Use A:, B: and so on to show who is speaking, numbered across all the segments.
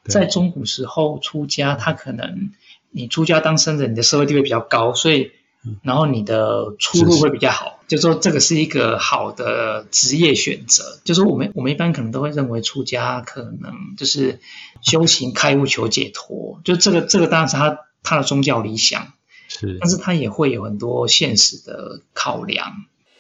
A: 在中古时候出家，他可能你出家当僧人，你的社会地位比较高，所以然后你的出路会比较好，就说这个是一个好的职业选择。就说我们一般可能都会认为出家可能就是修行开悟求解脱，就这个当然是他的宗教理想，
B: 是，
A: 但是他也会有很多现实的考量。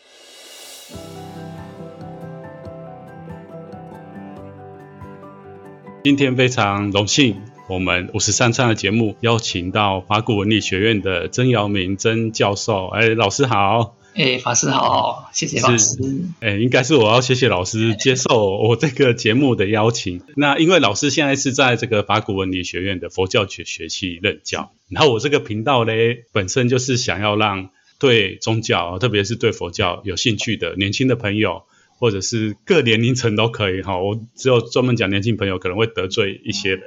B: 今天非常荣幸，我们53餐的节目邀请到法古文理学院的曾尧明曾教授。老师好。
A: 法师好，谢谢法师。
B: 应该是我要谢谢老师接受我这个节目的邀请。那因为老师现在是在这个法古文理学院的佛教学系任教，然后我这个频道呢，本身就是想要让对宗教，特别是对佛教有兴趣的年轻的朋友，或者是各年龄层都可以，我只有专门讲年轻朋友可能会得罪一些人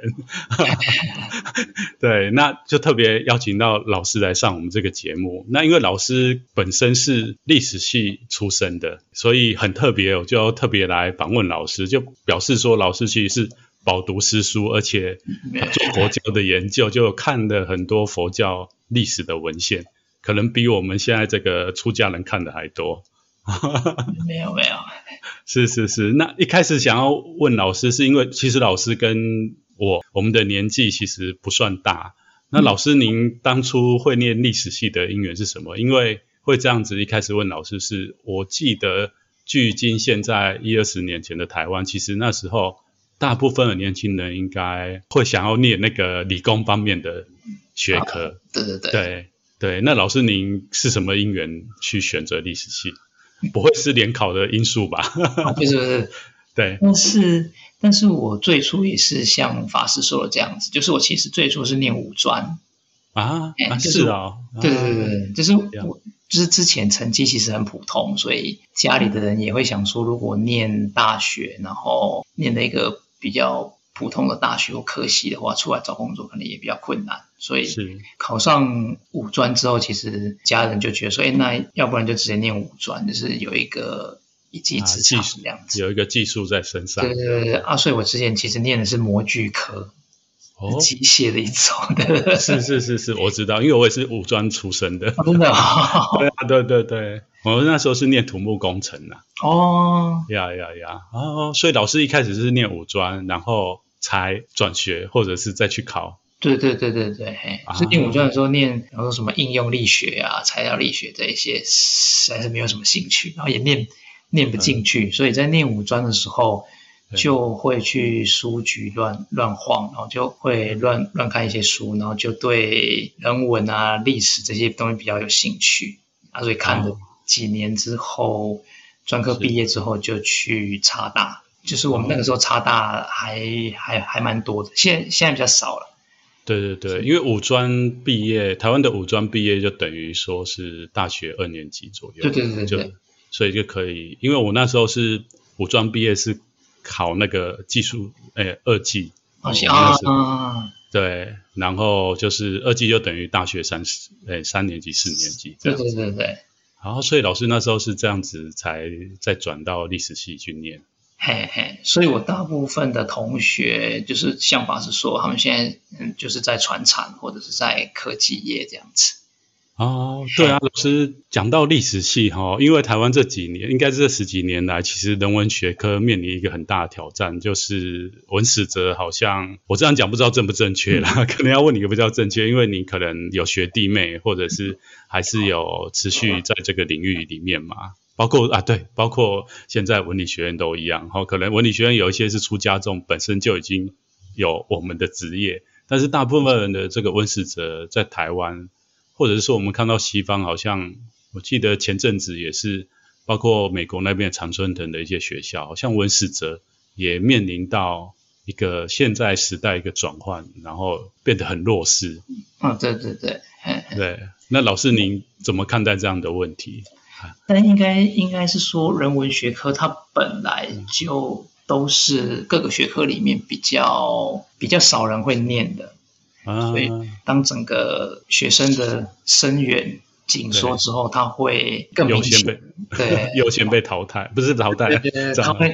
B: 对，那就特别邀请到老师来上我们这个节目。那因为老师本身是历史系出身的，所以很特别，我就要特别来访问老师，就表示说老师其实是饱读诗书，而且做佛教的研究，就看了很多佛教历史的文献，可能比我们现在这个出家人看的还多
A: 没有
B: 是。那一开始想要问老师，是因为其实老师跟我们的年纪其实不算大。那老师您当初会念历史系的因缘是什么？因为会这样子一开始问老师，是我记得距今现在10-20年前的台湾，其实那时候大部分的年轻人应该会想要念那个理工方面的学科。对。那老师您是什么因缘去选择历史系？不会是联考的因素吧？
A: 不是对，但是我最初也是像法师说的这样子，就是我其实最初是念五专
B: 是啊，
A: 对，就是之前成绩其实很普通，所以家里的人也会想说，如果念大学，然后念了一个比较普通的大学或科系的话，出来找工作可能也比较困难，所以考上五专之后，其实家人就觉得说，那要不然就直接念五专，就是有一个一技之长这样子，
B: 有一个技术在身上。
A: 对所以我之前其实念的是模具科，机械的一种的。
B: 是，我知道，因为我也是五专出身的。
A: 真的
B: 对，我那时候是念土木工程所以老师一开始是念五专，然后才转学，或者是再去考。
A: 对，是念五专的时候念，然后什么应用力学啊、材料力学这一些，实在是没有什么兴趣，然后也念不进去，所以在念五专的时候就会去书局乱晃，然后就会乱看一些书，然后就对人文啊、历史这些东西比较有兴趣所以看了几年之后，专科毕业之后就去插大，就是我们那个时候插大还蛮多的，现在比较少了。
B: 对，因为五专毕业，台湾的五专毕业就等于说是大学2年级左右。
A: 对，
B: 所以就可以，因为我那时候是五专毕业是考那个技术2技。对，然后就是2技就等于大学3年级4年级这样子。
A: 对。
B: 然后所以老师那时候是这样子才再转到历史系去念。
A: 所以我大部分的同学就是像法师说，他们现在就是在传产或者是在科技业这样子。
B: 对啊，老师讲到历史系因为台湾这几年，应该是这10几年来，其实人文学科面临一个很大的挑战，就是文史哲好像我这样讲不知道正不正确啦，可能要问你一个比较正确，因为你可能有学弟妹，或者是还是有持续在这个领域里面嘛。包括现在文理学院都一样，可能文理学院有一些是出家众本身就已经有我们的职业，但是大部分人的这个文史哲在台湾，或者是说我们看到西方，好像我记得前阵子也是包括美国那边常春藤的一些学校，好像文史哲也面临到一个现在时代一个转换，然后变得很弱势。
A: 对，
B: 那老师您怎么看待这样的问题？
A: 但应该是说人文学科它本来就都是各个学科里面比较少人会念的，所以当整个学生的生源紧缩之后，它会更明显，
B: 优先被淘汰，不是淘汰，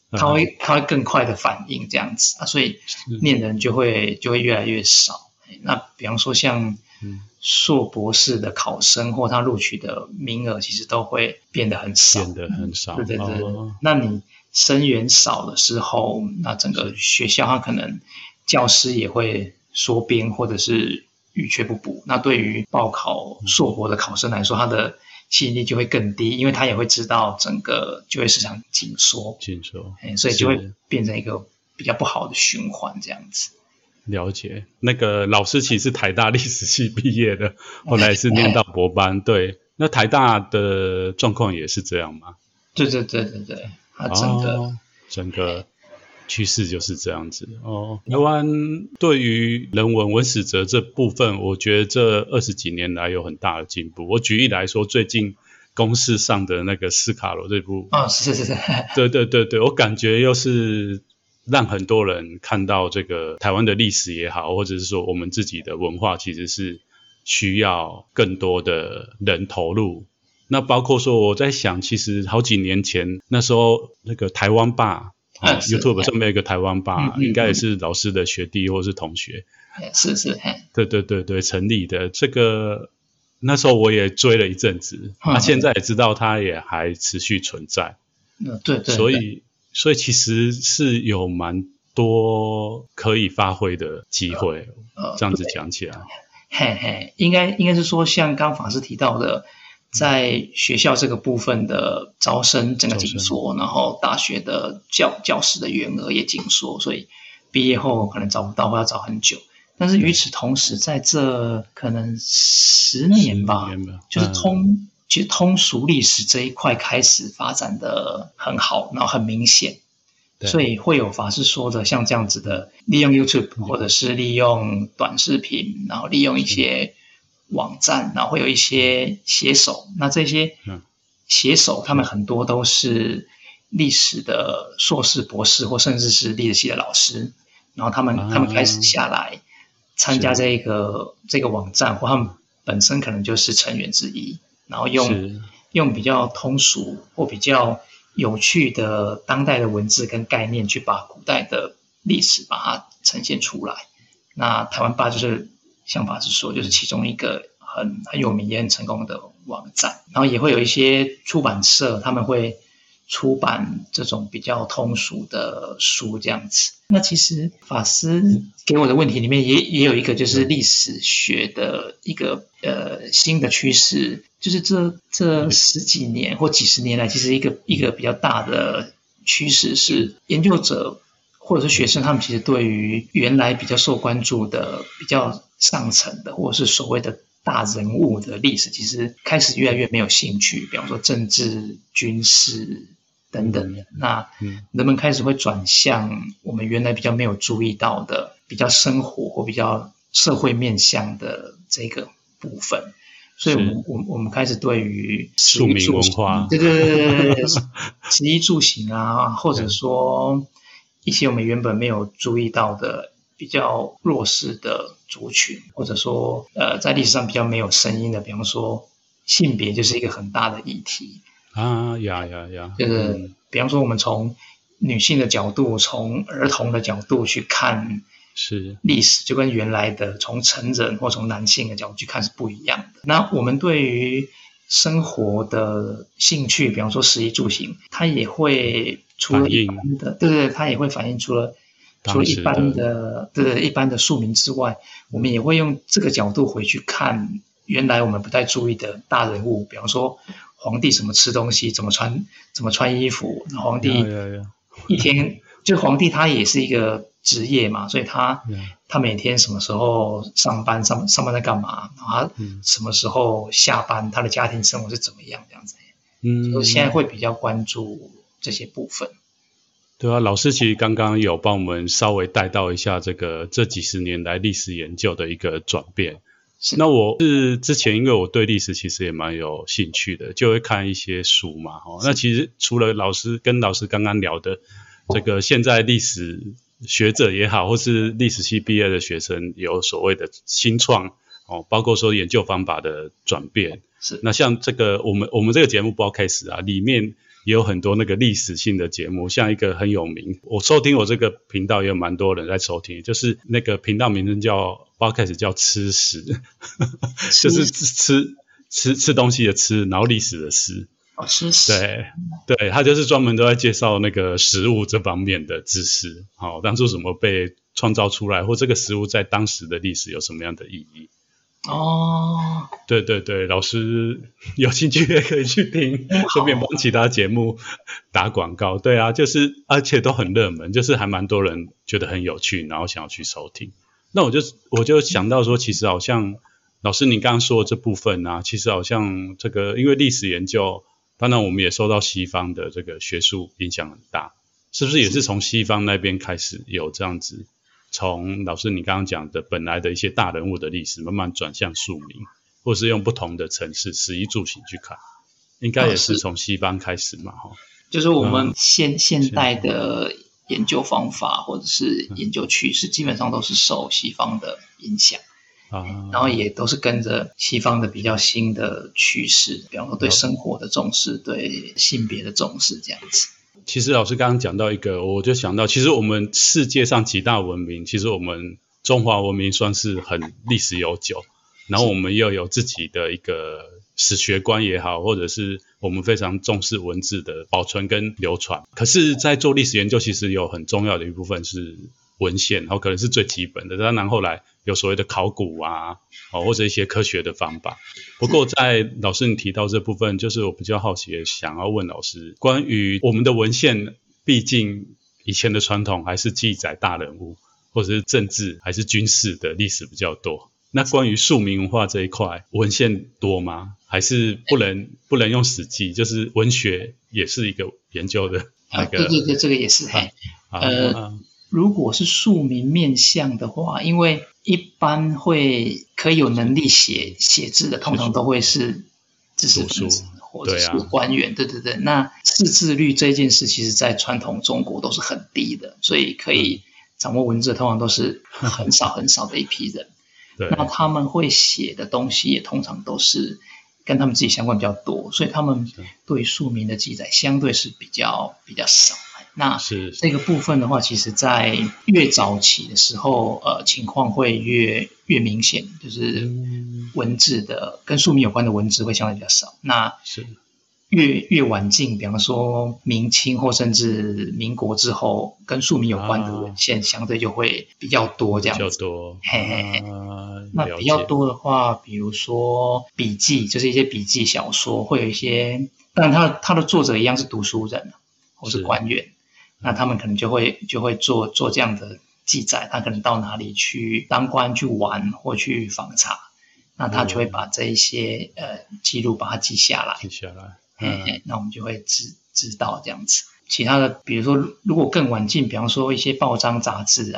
A: 它会更快的反应这样子啊，所以念的人就会越来越少。那比方说像硕博士的考生或他录取的名额，其实都会变得很少。对。那你生源少的时候，那整个学校它可能教师也会缩编或者是余缺不补。那对于报考硕博的考生来说，他的吸引力就会更低，因为他也会知道整个就业市场紧缩，所以就会变成一个比较不好的循环这样子。
B: 了解。那个老师其实是台大历史系毕业的，后来是念到博班。对，那台大的状况也是这样吗？
A: 对，它
B: 整个趋势就是这样子。台湾对于人文文史哲这部分，我觉得这20几年来有很大的进步。我举例来说，最近公视上的那个斯卡罗这部，
A: 是，
B: 对，我感觉又是让很多人看到这个台湾的历史也好，或者是说我们自己的文化其实是需要更多的人投入。那包括说我在想，其实好几年前那时候那个台湾吧YouTube 上面有一个台湾吧，应该也是老师的学弟或是同学，
A: 是，
B: 对成立的。这个那时候我也追了一阵子，现在也知道它也还持续存在。
A: 对，
B: 所以其实是有蛮多可以发挥的机会。这样子讲起来，
A: 应该是说，像刚法师提到的，在学校这个部分的招生整个紧缩，然后大学的教师的员额也紧缩，所以毕业后可能找不到或要找很久。但是与此同时，在这可能10年吧，就是其实通俗历史这一块开始发展的很好，然后很明显，所以会有法师说的像这样子的，利用 YouTube 或者是利用短视频，然后利用一些网站，然后会有一些写手。那这些写手他们很多都是历史的硕士、博士，或甚至是历史系的老师，然后他们开始下来参加这个网站，或他们本身可能就是成员之一。然后用比较通俗或比较有趣的当代的文字跟概念，去把古代的历史把它呈现出来。那台湾吧就是像法师说，就是其中一个很有名也很成功的网站。然后也会有一些出版社，他们会出版这种比较通俗的书这样子。那其实法师给我的问题里面也有一个，就是历史学的一个新的趋势，就是这10几年或几十年来，其实一个比较大的趋势是，研究者或者是学生，他们其实对于原来比较受关注的比较上层的，或者是所谓的大人物的历史，其实开始越来越没有兴趣。比方说政治、军事等等的，那人们开始会转向我们原来比较没有注意到的比较生活或比较社会面向的这个部分。所以我们开始对于
B: 庶民文化，
A: 对，食衣住行啊，或者说一些我们原本没有注意到的比较弱势的族群，或者说在历史上比较没有声音的，比方说性别就是一个很大的议题。就是比方说我们从女性的角度，从儿童的角度去看历史，就跟原来的从成人或从男性的角度去看是不一样的。那我们对于生活的兴趣，比方说食衣住行，它也会除了一般的，对，它也会反映除了一般的庶民之外，我们也会用这个角度回去看原来我们不太注意的大人物，比方说皇帝怎么吃东西，怎么穿衣服。皇帝一天，就皇帝他也是一个职业嘛，所以他每天什么时候上班在干嘛，然后他什么时候下班，他的家庭生活是怎么样这样子。所以现在会比较关注这些部分。
B: 对啊，老师其实刚刚有帮我们稍微带到一下这几十年来历史研究的一个转变。那我是之前因为我对历史其实也蛮有兴趣的，就会看一些书嘛。那其实除了老师刚刚聊的这个，现在历史学者也好，或是历史系毕业的学生有所谓的新创包括说研究方法的转变。那像这个我们这个节目 Podcast 里面也有很多那个历史性的节目，像一个很有名，我收听我这个频道也有蛮多人在收听，就是那个频道名称叫 Podcast 叫吃史，就是吃东西的吃，然后历史的史。
A: 吃史。
B: 对，他就是专门都在介绍那个食物这方面的知识，当初怎么被创造出来，或这个食物在当时的历史有什么样的意义。对，老师有兴趣也可以去听，顺便帮其他节目打广告。对啊，就是而且都很热门，就是还蛮多人觉得很有趣，然后想要去收听。那我就想到说，其实好像老师你刚刚说的这部分啊，其实好像这个因为历史研究，当然我们也受到西方的这个学术影响很大，是不是也是从西方那边开始有这样子？从老师你刚刚讲的本来的一些大人物的历史慢慢转向庶民，或是用不同的程式食衣住行去看，应该也是从西方开始嘛。
A: 就是我们现代的研究方法或者是研究趋势基本上都是受西方的影响，然后也都是跟着西方的比较新的趋势，比方说对生活的重视，对性别的重视这样子。
B: 其实老师刚刚讲到一个，我就想到其实我们世界上几大文明，其实我们中华文明算是很历史悠久，然后我们又有自己的一个史学观也好，或者是我们非常重视文字的保存跟流传。可是在做历史研究其实有很重要的一部分是文献，然后可能是最基本的，当然后来有所谓的考古啊，或者一些科学的方法。不过在老师你提到这部分，就是我比较好奇的想要问老师，关于我们的文献，毕竟以前的传统还是记载大人物或者是政治还是军事的历史比较多，那关于庶民文化这一块文献多吗？还是不能用史记，就是文学也是一个研究的那个
A: 对，这个也是如果是庶民面向的话，因为一般可以有能力写字的，通常都会是知识分子或者是官员，对。那识字率这件事，其实在传统中国都是很低的，所以可以掌握文字的通常都是很少很少的一批人。那他们会写的东西也通常都是跟他们自己相关比较多，所以他们对庶民的记载相对是比较少。那这个部分的话，其实在越早期的时候，情况会越明显，就是文字的跟庶民有关的文字会相对比较少。那越晚近，比方说明清或甚至民国之后，跟庶民有关的文献相对就会比较多，这样子。比较多。那比较多的话，比如说笔记，就是一些笔记小说，会有一些，当然他的作者一样是读书人或是官员。那他们可能就会做这样的记载，他可能到哪里去当官去玩或去访查，那他就会把这一些记录把它记下来，那我们就会知道这样子。其他的比如说如果更晚近，比方说一些报章杂志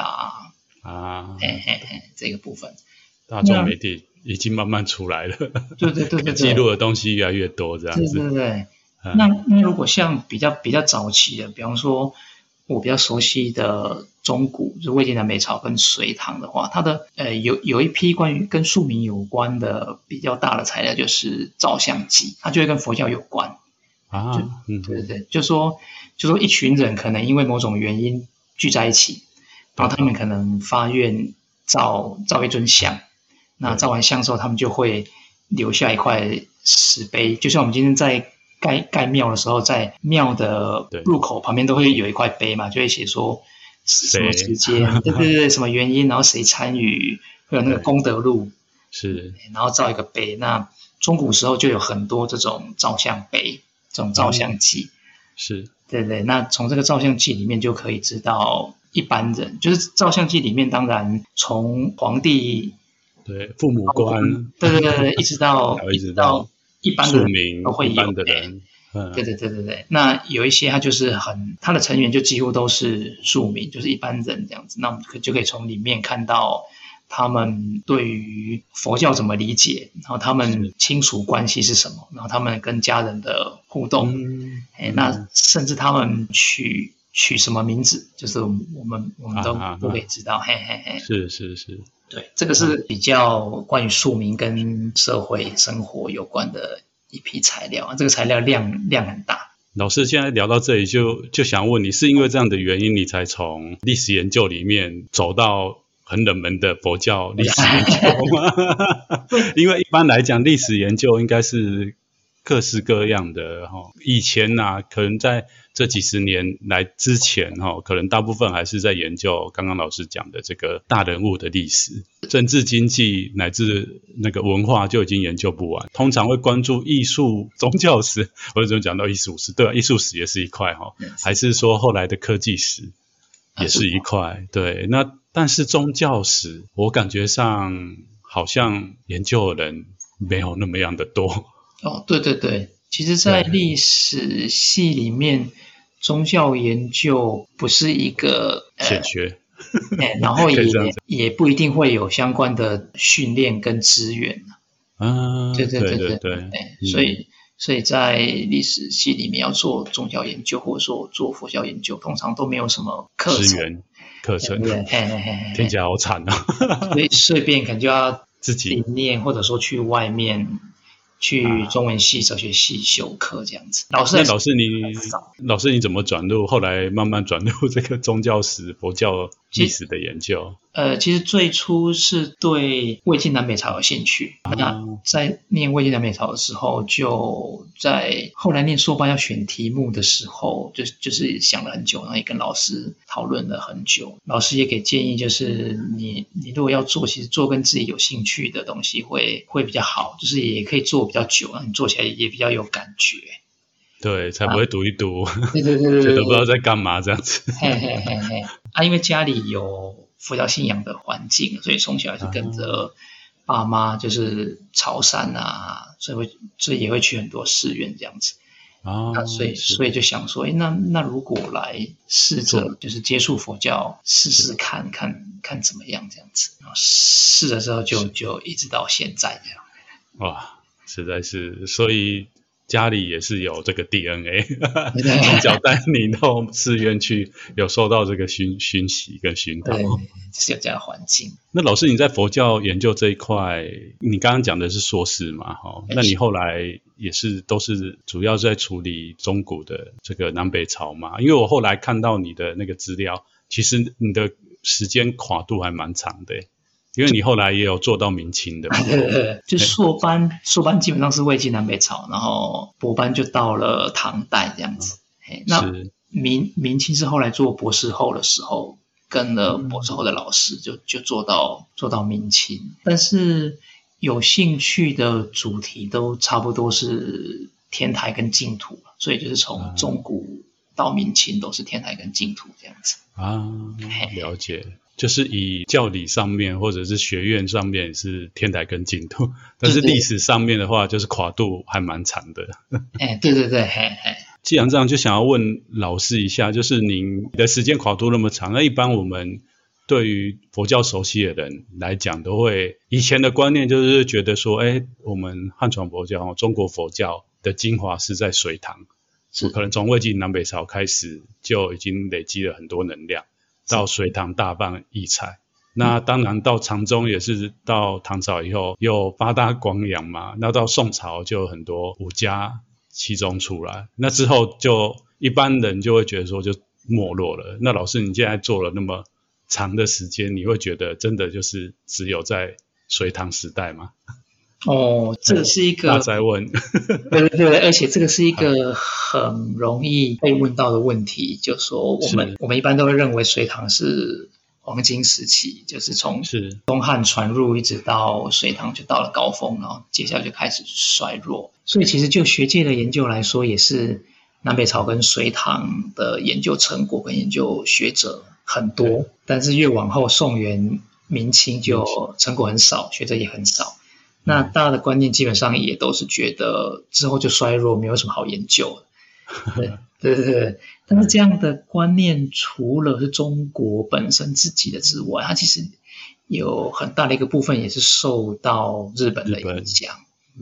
A: 这个部分
B: 大众媒体已经慢慢出来了，对，记录的东西越来越多这样子。
A: 对。那如果像比较早期的，比方说我比较熟悉的中古，就是魏晋南北朝跟隋唐的话，它的有一批关于跟庶民有关的比较大的材料，就是照相记，它就会跟佛教有关对，就说一群人可能因为某种原因聚在一起，然后他们可能发愿照一尊像，那照完像之后，他们就会留下一块石碑，就像我们今天在盖庙的时候，在庙的入口旁边都会有一块碑嘛，就会写说什么时间，对，什么原因，然后谁参与，会有那个功德录，然后造一个碑。那中古时候就有很多这种照相碑，这种照相记，对。那从这个照相记里面就可以知道一般人，就是照相记里面，当然从皇帝
B: 父母官，
A: 对，一直到一般的人都会有
B: 的人，
A: 对。那有一些他的成员就几乎都是庶民，就是一般人这样子。那我们就可以从里面看到他们对于佛教怎么理解，然后他们亲属关系是什么，然后他们跟家人的互动，那甚至他们取什么名字，就是我们都可以知道，
B: 是。
A: 对，这个是比较关于庶民跟社会生活有关的一批材料，这个材料量很大。
B: 老师现在聊到这里就想问你，是因为这样的原因，你才从历史研究里面走到很冷门的佛教历史研究吗？因为一般来讲，历史研究应该是各式各样的以前可能在这几十年来之前可能大部分还是在研究刚刚老师讲的这个大人物的历史，政治经济乃至那个文化就已经研究不完，通常会关注艺术宗教史，或者怎么讲到艺术史，对，艺术史也是一块还是说后来的科技史也是一块，对，那但是宗教史我感觉上好像研究的人没有那么样的多。
A: 对对对，其实在历史系里面，宗教研究不是一个
B: 显学
A: 然后也不一定会有相关的训练跟资源对对对对对，所以在历史系里面要做宗教研究或者说做佛教研究，通常都没有什么课程，
B: 听起来好惨
A: 所以便可能就要
B: 自己
A: 念，或者说去外面去中文系、哲学系修课这样子。老师你怎么后来慢慢转入这个宗教史、佛教历史的研究？ 其实最初是对魏晋南北朝有兴趣。那在念魏晋南北朝的时候，就在后来念硕班要选题目的时候，就是想了很久，然后也跟老师讨论了很久。老师也给建议，就是你如果要做，其实做跟自己有兴趣的东西会比较好，就是也可以做比较久，让你做起来也比较有感觉。
B: 对，才不会读一读，
A: 对，
B: 觉得不知道在干嘛这样子。
A: 因为家里有佛教信仰的环境，所以从小是跟着爸妈就是朝山所以也会去很多寺院这样子。所以就想说，那如果来试着就是接触佛教，试试看怎么样这样子。然后试了之后就一直到现在这样。
B: 哇，实在是，所以家里也是有这个 DNA， 从小带你到寺院去，有受到这个熏习跟熏陶，
A: 对，就是有这样的环境。
B: 那老师你在佛教研究这一块，你刚刚讲的是硕士嘛？那你后来也是都是主要在处理中古的这个南北朝嘛？因为我后来看到你的那个资料，其实你的时间跨度还蛮长的。因为你后来也有做到明清的嘛，
A: 就硕班基本上是魏晋南北朝，然后博班就到了唐代这样子。那明清是后来做博士后的时候，跟了博士后的老师就做到明清，但是有兴趣的主题都差不多是天台跟净土，所以就是从中古到明清都是天台跟净土这样子
B: 了解。就是以教理上面或者是学院上面是天台跟净土，但是历史上面的话就是跨度还蛮长的。
A: 对，
B: 既然这样，就想要问老师一下，就是您的时间跨度那么长，那一般我们对于佛教熟悉的人来讲，都会以前的观念就是觉得说，我们汉传佛教、中国佛教的精华是在隋唐，可能从魏晋南北朝开始就已经累积了很多能量。到隋唐大放异彩，那当然到唐宗也是到唐朝以后又发大光扬嘛，那到宋朝就有很多五家七宗出来，那之后就一般人就会觉得说就没落了。那老师你现在做了那么长的时间，你会觉得真的就是只有在隋唐时代吗？
A: 这个是一个
B: 大哉问
A: 对，而且这个是一个很容易被问到的问题，就是说我们一般都会认为隋唐是黄金时期，就是从东汉传入一直到隋唐就到了高峰，然后接下来就开始衰弱。所以其实就学界的研究来说，也是南北朝跟隋唐的研究成果跟研究学者很多，但是越往后宋元明清就成果很少，学者也很少。那大家的观念基本上也都是觉得之后就衰弱，没有什么好研究的。对。但是这样的观念除了是中国本身自己的之外，它其实有很大的一个部分也是受到日本的影响。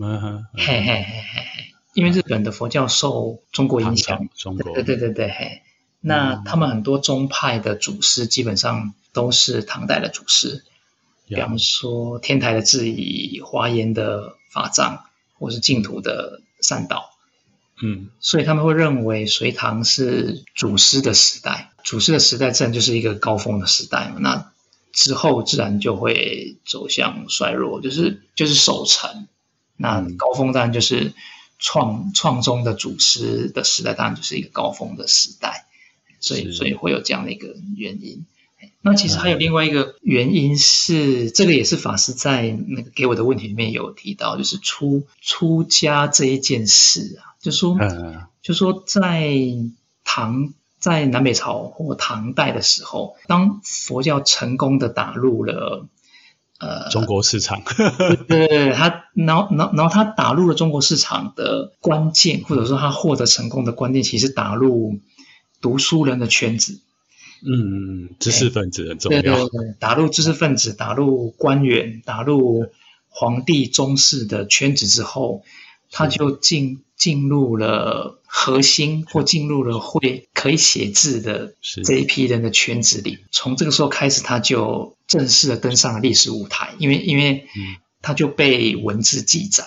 A: 因为日本的佛教受中国影响，对。那他们很多宗派的祖师基本上都是唐代的祖师。比方说天台的智以、华严的法藏，或是净土的善导， 所以他们会认为隋唐是祖师的时代，祖师的时代自然就是一个高峰的时代嘛，那之后自然就会走向衰弱，就是守成。那高峰当然就是创中的祖师的时代，当然就是一个高峰的时代，所以会有这样的一个原因。那其实还有另外一个原因是，这个也是法师在那个给我的问题里面有提到，就是出家这一件事啊，就说在南北朝或唐代的时候，当佛教成功的打入了
B: 中国市场，
A: 对，然后他打入了中国市场的关键，或者说他获得成功的关键，其实打入读书人的圈子。
B: 知识分子很重要。
A: 对，打入知识分子，打入官员，打入皇帝宗室的圈子之后，他就进入了核心，或进入了可以写字的这一批人的圈子里。从这个时候开始，他就正式的登上了历史舞台，因为他就被文字记载。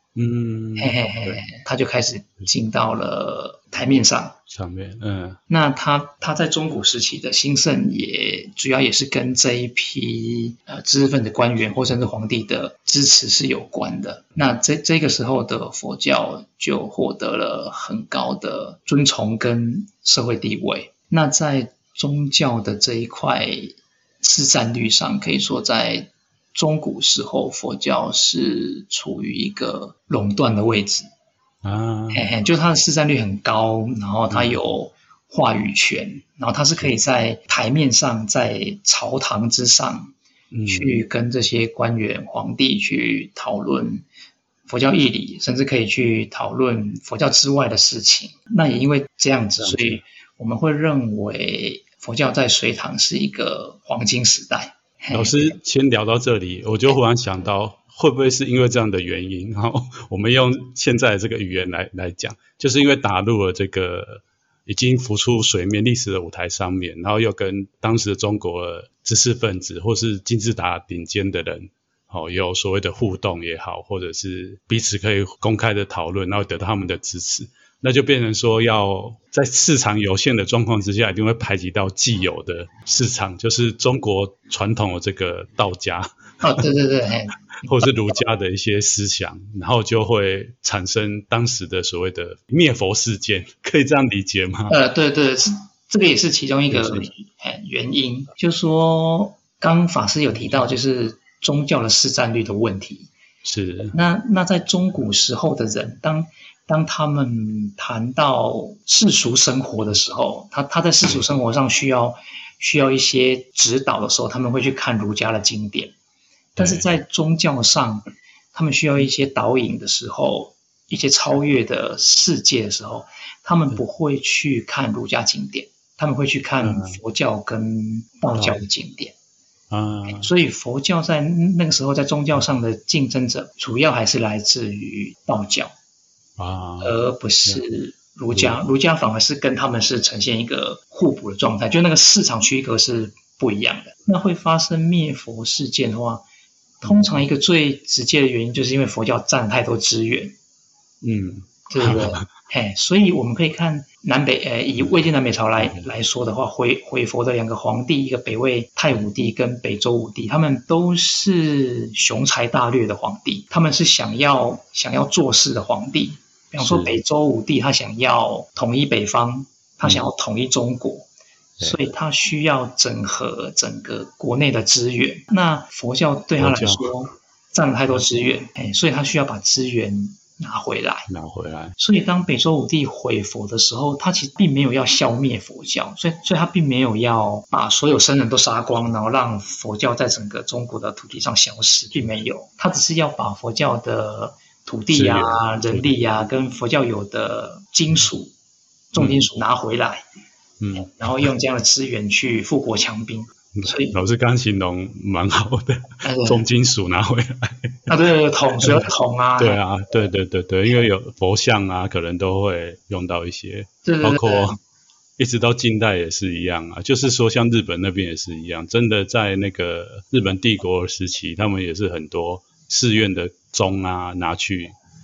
A: 他就开始进到了台面上面。那他在中古时期的兴盛也主要也是跟这一批知识分子官员或甚至皇帝的支持是有关的。那这个时候的佛教就获得了很高的尊崇跟社会地位。那在宗教的这一块市占率上，可以说在中古时候佛教是处于一个垄断的位置就它的市占率很高，然后它有话语权，然后它是可以在台面上，在朝堂之上去跟这些官员皇帝去讨论佛教义理，甚至可以去讨论佛教之外的事情。那也因为这样子，所以我们会认为佛教在隋唐是一个黄金时代。
B: 老师先聊到这里，我就忽然想到，会不会是因为这样的原因，然后我们用现在的这个语言来讲，就是因为打入了这个已经浮出水面历史的舞台上面，然后又跟当时的中国的知识分子或是金字塔顶尖的人有所谓的互动也好，或者是彼此可以公开的讨论，然后得到他们的支持，那就变成说要在市场有限的状况之下，一定会排挤到既有的市场，就是中国传统的这个道家
A: 对
B: 或者是儒家的一些思想，然后就会产生当时的所谓的灭佛事件，可以这样理解吗？
A: 对，这个也是其中一个原因，就是说刚法师有提到就是宗教的市占率的问题。
B: 是
A: 那在中古时候的人，当他们谈到世俗生活的时候，他在世俗生活上需要一些指导的时候，他们会去看儒家的经典。但是在宗教上，他们需要一些导引的时候，一些超越的世界的时候，他们不会去看儒家经典，他们会去看佛教跟道教的经典。所以佛教在那个时候在宗教上的竞争者，主要还是来自于道教而不是儒家。儒家反而是跟他们是呈现一个互补的状态，就那个市场区隔是不一样的。那会发生灭佛事件的话，通常一个最直接的原因就是因为佛教占了太多资源，对不对？所以我们可以看以魏晋南北朝来说的话，回佛的两个皇帝，一个北魏太武帝跟北周武帝，他们都是雄才大略的皇帝，他们是想要做事的皇帝。比方说北周武帝他想要统一北方，他想要统一中国，所以他需要整合整个国内的资源。那佛教对他来说占了太多资源，所以他需要把资源拿回来。所以当北周武帝毁佛的时候，他其实并没有要消灭佛教，所以他并没有要把所有僧人都杀光，然后让佛教在整个中国的土地上消失，并没有。他只是要把佛教的土地啊、人力啊，跟佛教有的金属、重金属拿回来，然后用这样的资源去富国强兵。所以
B: 老师刚形容蛮好的，重金属拿回来
A: 对，铜，所以铜啊，
B: 对啊，对，因为有佛像啊，可能都会用到一些，包括一直到近代也是一样啊，就是说像日本那边也是一样，真的在那个日本帝国时期，他们也是很多寺院的钟啊拿去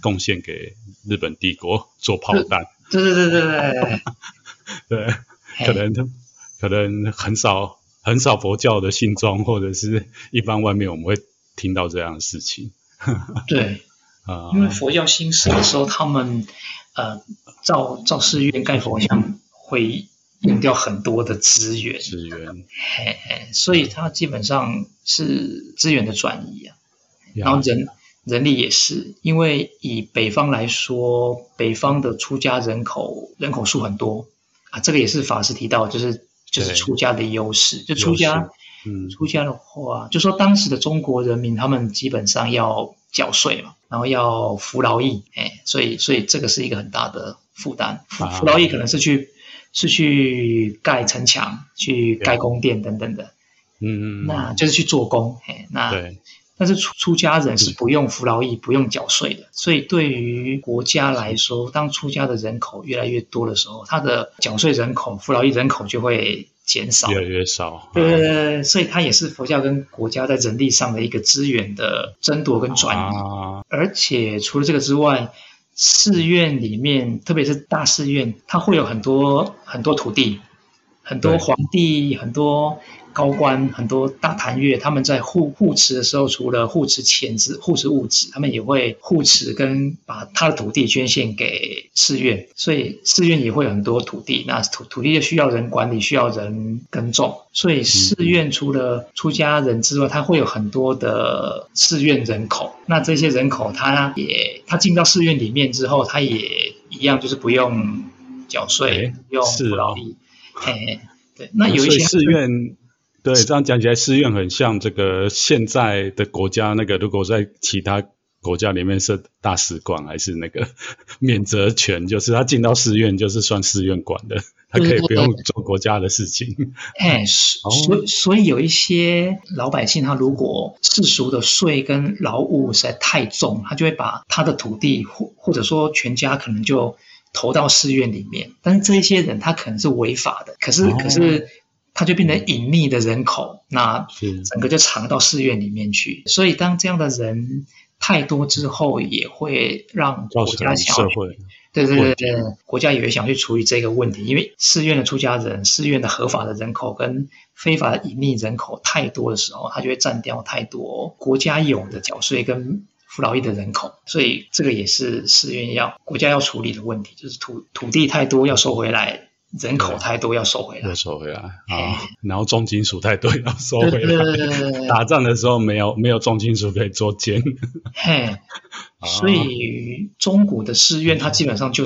B: 贡献给日本帝国做炮弹。
A: 对对对对对
B: 对，可能很少佛教的信众或者是一般外面我们会听到这样的事情。
A: 对，因为佛教兴盛的时候，他们造寺院盖佛像会用掉很多的资源，所以它基本上是资源的转移啊。然后人力也是，因为以北方来说，北方的出家人口数很多啊，这个也是法师提到，就是出家的优势。就出家的话，就说当时的中国人民他们基本上要缴税嘛，然后要服劳役，所以这个是一个很大的负担。服劳役可能是去盖城墙、去盖宫殿等等的，那就是去做工，但是出家人是不用服劳役、不用缴税的，所以对于国家来说，当出家的人口越来越多的时候，他的缴税人口、服劳役人口就会减少，
B: 越来越少。
A: 对，所以它也是佛教跟国家在人力上的一个资源的争夺跟转移。而且除了这个之外，寺院里面，特别是大寺院，它会有很多土地，很多皇帝，很多高官，很多大坛乐，他们在护持的时候，除了护持钱资、护持物质，他们也会护持跟把他的土地捐献给寺院，所以寺院也会有很多土地，那土地就需要人管理，需要人耕种，所以寺院除了出家人之外，它会有很多的寺院人口，那这些人口他进到寺院里面之后，他也一样就是不用缴税，不用服劳役，对，那有一些
B: 寺院。对，这样讲起来，寺院很像这个现在的国家那个，如果在其他国家里面设大使馆，还是那个免责权，就是他进到寺院就是算寺院管的，他可以不用做国家的事情。
A: 所以有一些老百姓，他如果世俗的税跟劳务实在太重，他就会把他的土地或者说全家可能就投到寺院里面，但是这一些人他可能是违法的，可是它就变成隐匿的人口，那整个就藏到寺院里面去。所以当这样的人太多之后，也会让国家想对，国家也会想去处理这个问题，因为寺院的出家人、寺院的合法的人口跟非法的隐匿人口太多的时候，它就会占掉太多国家有的缴税跟服劳役的人口，所以这个也是寺院国家要处理的问题，就是土地太多要收回来。人口太多要收回来，
B: 然后重金属太多要收回来。打仗的时候没有重金属可以做奸。
A: 所以中古的寺院它基本上就是，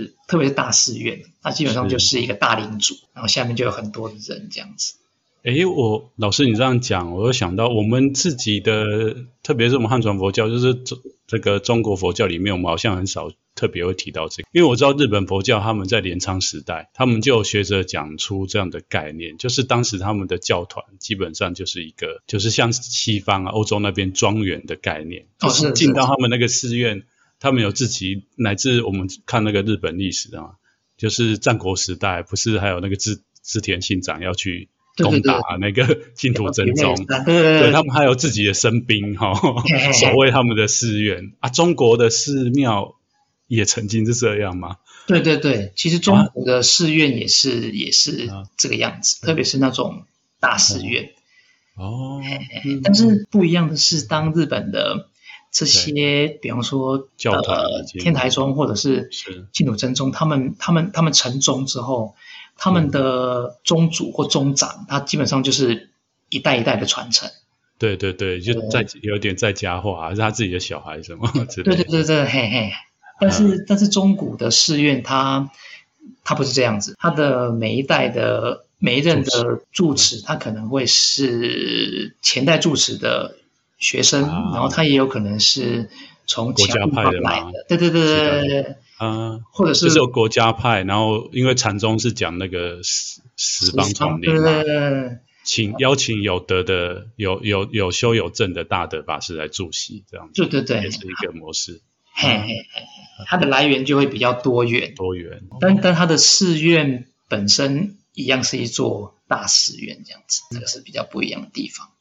A: 特别是大寺院，它基本上就是一个大领主，然后下面就有很多的人这样子。
B: 老师你这样讲，我又想到我们自己的，特别是我们汉传佛教，就是这个中国佛教里面，我们好像很少特别会提到这个，因为我知道日本佛教他们在镰仓时代，他们就有学者讲出这样的概念，就是当时他们的教团基本上就是一个，就是像西方欧洲那边庄园的概念，就是进到他们那个寺院，他们有自己，乃至我们看那个日本历史啊，就是战国时代，不是还有那个织田信长要去攻打那个净土真宗，对，他们还有自己的身兵守卫他们的寺院啊。中国的寺庙也曾经是这样吗？
A: 对，其实中国的寺院也是这个样子，特别是那种大寺院。但是不一样的是，当日本的这些，比方说
B: 教团
A: 天台宗或者是净土真宗，他们成宗之后。他们的宗主或宗长，他基本上就是一代一代的传承。
B: 对，就有点在家化，还是他自己的小孩什么之类的。
A: 对，但是中古的寺院，它不是这样子，它的每一任的住持，他可能会是前代住持的学生，然后他也有可能是从其他地方来的。对。或者是
B: 就是有国家派，然后因为禅宗是讲那个十方统领嘛，邀请有德的、有修有证的大德法师来住席，这样子，
A: 对，
B: 也是一个模式。
A: 它的来源就会比较多元，但它的寺院本身一样是一座大寺院，这样子，这个是比较不一样的地方。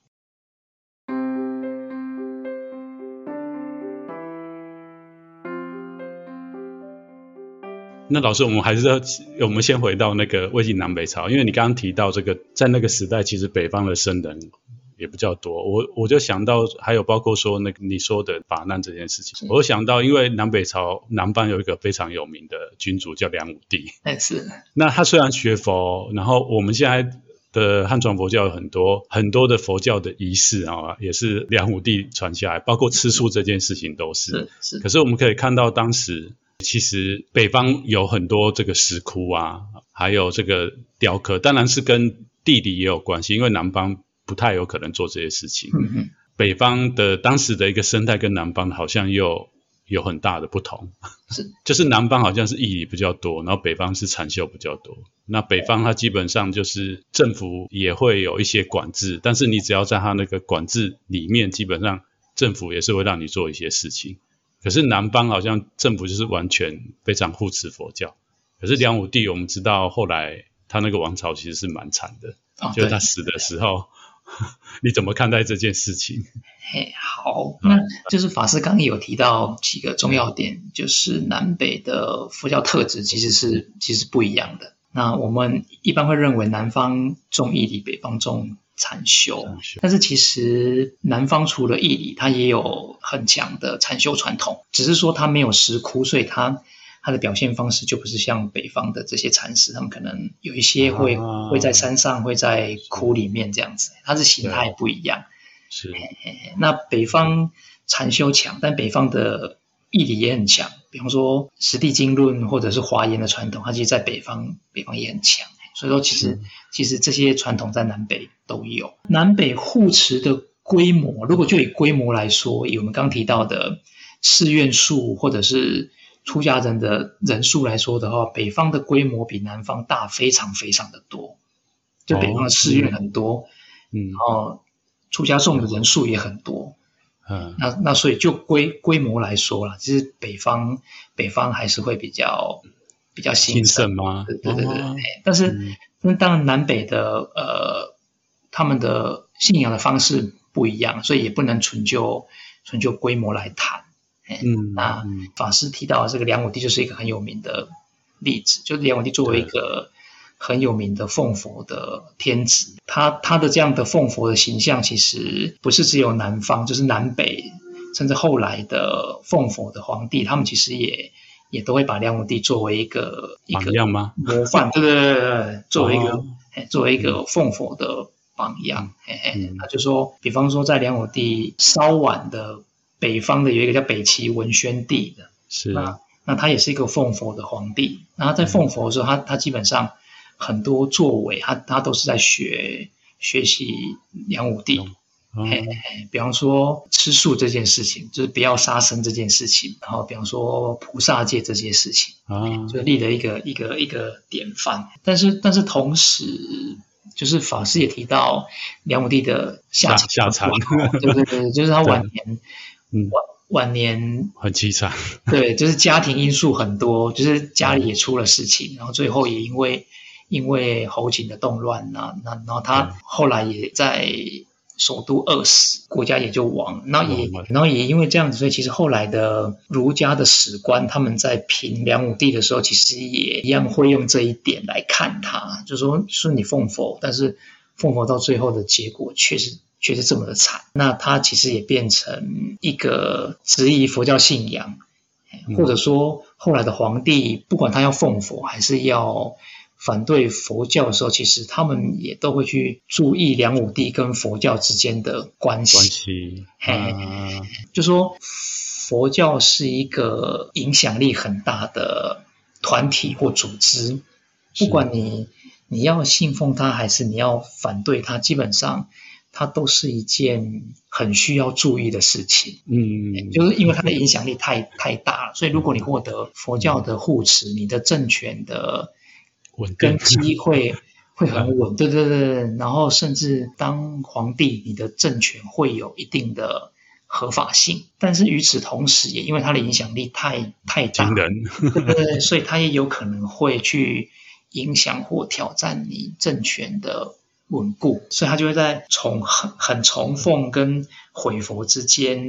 B: 那老师，我们先回到那个魏晋南北朝，因为你刚刚提到这个，在那个时代，其实北方的僧人也比较多。我就想到，还有包括说那个你说的法难这件事情，我想到，因为南北朝南方有一个非常有名的君主叫梁武帝，
A: 是。
B: 那他虽然学佛，然后我们现在的汉传佛教有很多的佛教的仪式啊，也是梁武帝传下来，包括吃素这件事情都是。可是我们可以看到当时。其实北方有很多这个石窟啊，还有这个雕刻，当然是跟地理也有关系，因为南方不太有可能做这些事情。北方的当时的一个生态跟南方好像又有很大的不同，就是南方好像是义理比较多，然后北方是禅修比较多。那北方它基本上就是政府也会有一些管制，但是你只要在它那个管制里面，基本上政府也是会让你做一些事情。可是南方好像政府就是完全非常护持佛教，可是梁武帝我们知道后来他那个王朝其实是蛮惨的，就是他死的时候，你怎么看待这件事情？
A: 好，那就是法师刚刚有提到几个重要点，就是南北的佛教特质其实不一样的。那我们一般会认为南方重义理，北方重禅修，但是其实南方除了义理，它也有很强的禅修传统，只是说它没有石窟，所以它的表现方式就不是像北方的这些禅师，他们可能有一些会在山上，会在窟里面这样子，它是形态不一样。是，那北方禅修强，但北方的义理也很强，比方说实地经论或者是华严的传统，它其实在北方也很强。所以说其实这些传统在南北都有。南北护持的规模，如果就以规模来说，以我们刚提到的寺院数或者是出家人的人数来说的话，北方的规模比南方大非常非常的多。就北方的寺院很多，然后出家众的人数也很多。那所以就规模来说啦，其实北方还是会比较兴盛
B: 吗？
A: 对。但是当然南北的他们的信仰的方式不一样，所以也不能纯就规模来谈。那法师提到这个梁武帝就是一个很有名的例子，就是梁武帝作为一个很有名的奉佛的天子，他的这样的奉佛的形象其实不是只有南方，就是南北甚至后来的奉佛的皇帝，他们其实也都会把梁武帝作为一个
B: 榜样吗？
A: 模范，对，作为一个奉佛的榜样。那就说，比方说在梁武帝稍晚的北方的有一个叫北齐文宣帝的，
B: 是
A: 那他也是一个奉佛的皇帝。那他在奉佛的时候，他基本上很多作为，他都是在学习梁武帝。比方说吃素这件事情，就是不要杀生这件事情，然后比方说菩萨戒这些事情，就立了一个典范。但是同时，就是法师也提到梁武帝的下场，对，就是他晚年
B: 很凄惨，
A: 对，就是家庭因素很多，就是家里也出了事情，然后最后也因为侯景的动乱然后他后来也在首都饿死，国家也就亡。然后也因为这样子，所以其实后来的儒家的史官他们在评梁武帝的时候，其实也一样会用这一点来看他，就说你奉佛，但是奉佛到最后的结果确实这么的惨。那他其实也变成一个质疑佛教信仰，或者说后来的皇帝不管他要奉佛还是要反对佛教的时候，其实他们也都会去注意梁武帝跟佛教之间的关系。就说佛教是一个影响力很大的团体或组织，不管你要信奉它还是你要反对它，基本上它都是一件很需要注意的事情。就是因为它的影响力太大了，所以如果你获得佛教的护持，你的政权的根基会很稳，对，然后甚至当皇帝，你的政权会有一定的合法性。但是与此同时，也因为它的影响力太大，对，所以它也有可能会去影响或挑战你政权的稳固，所以它就会在很崇奉跟毁佛之间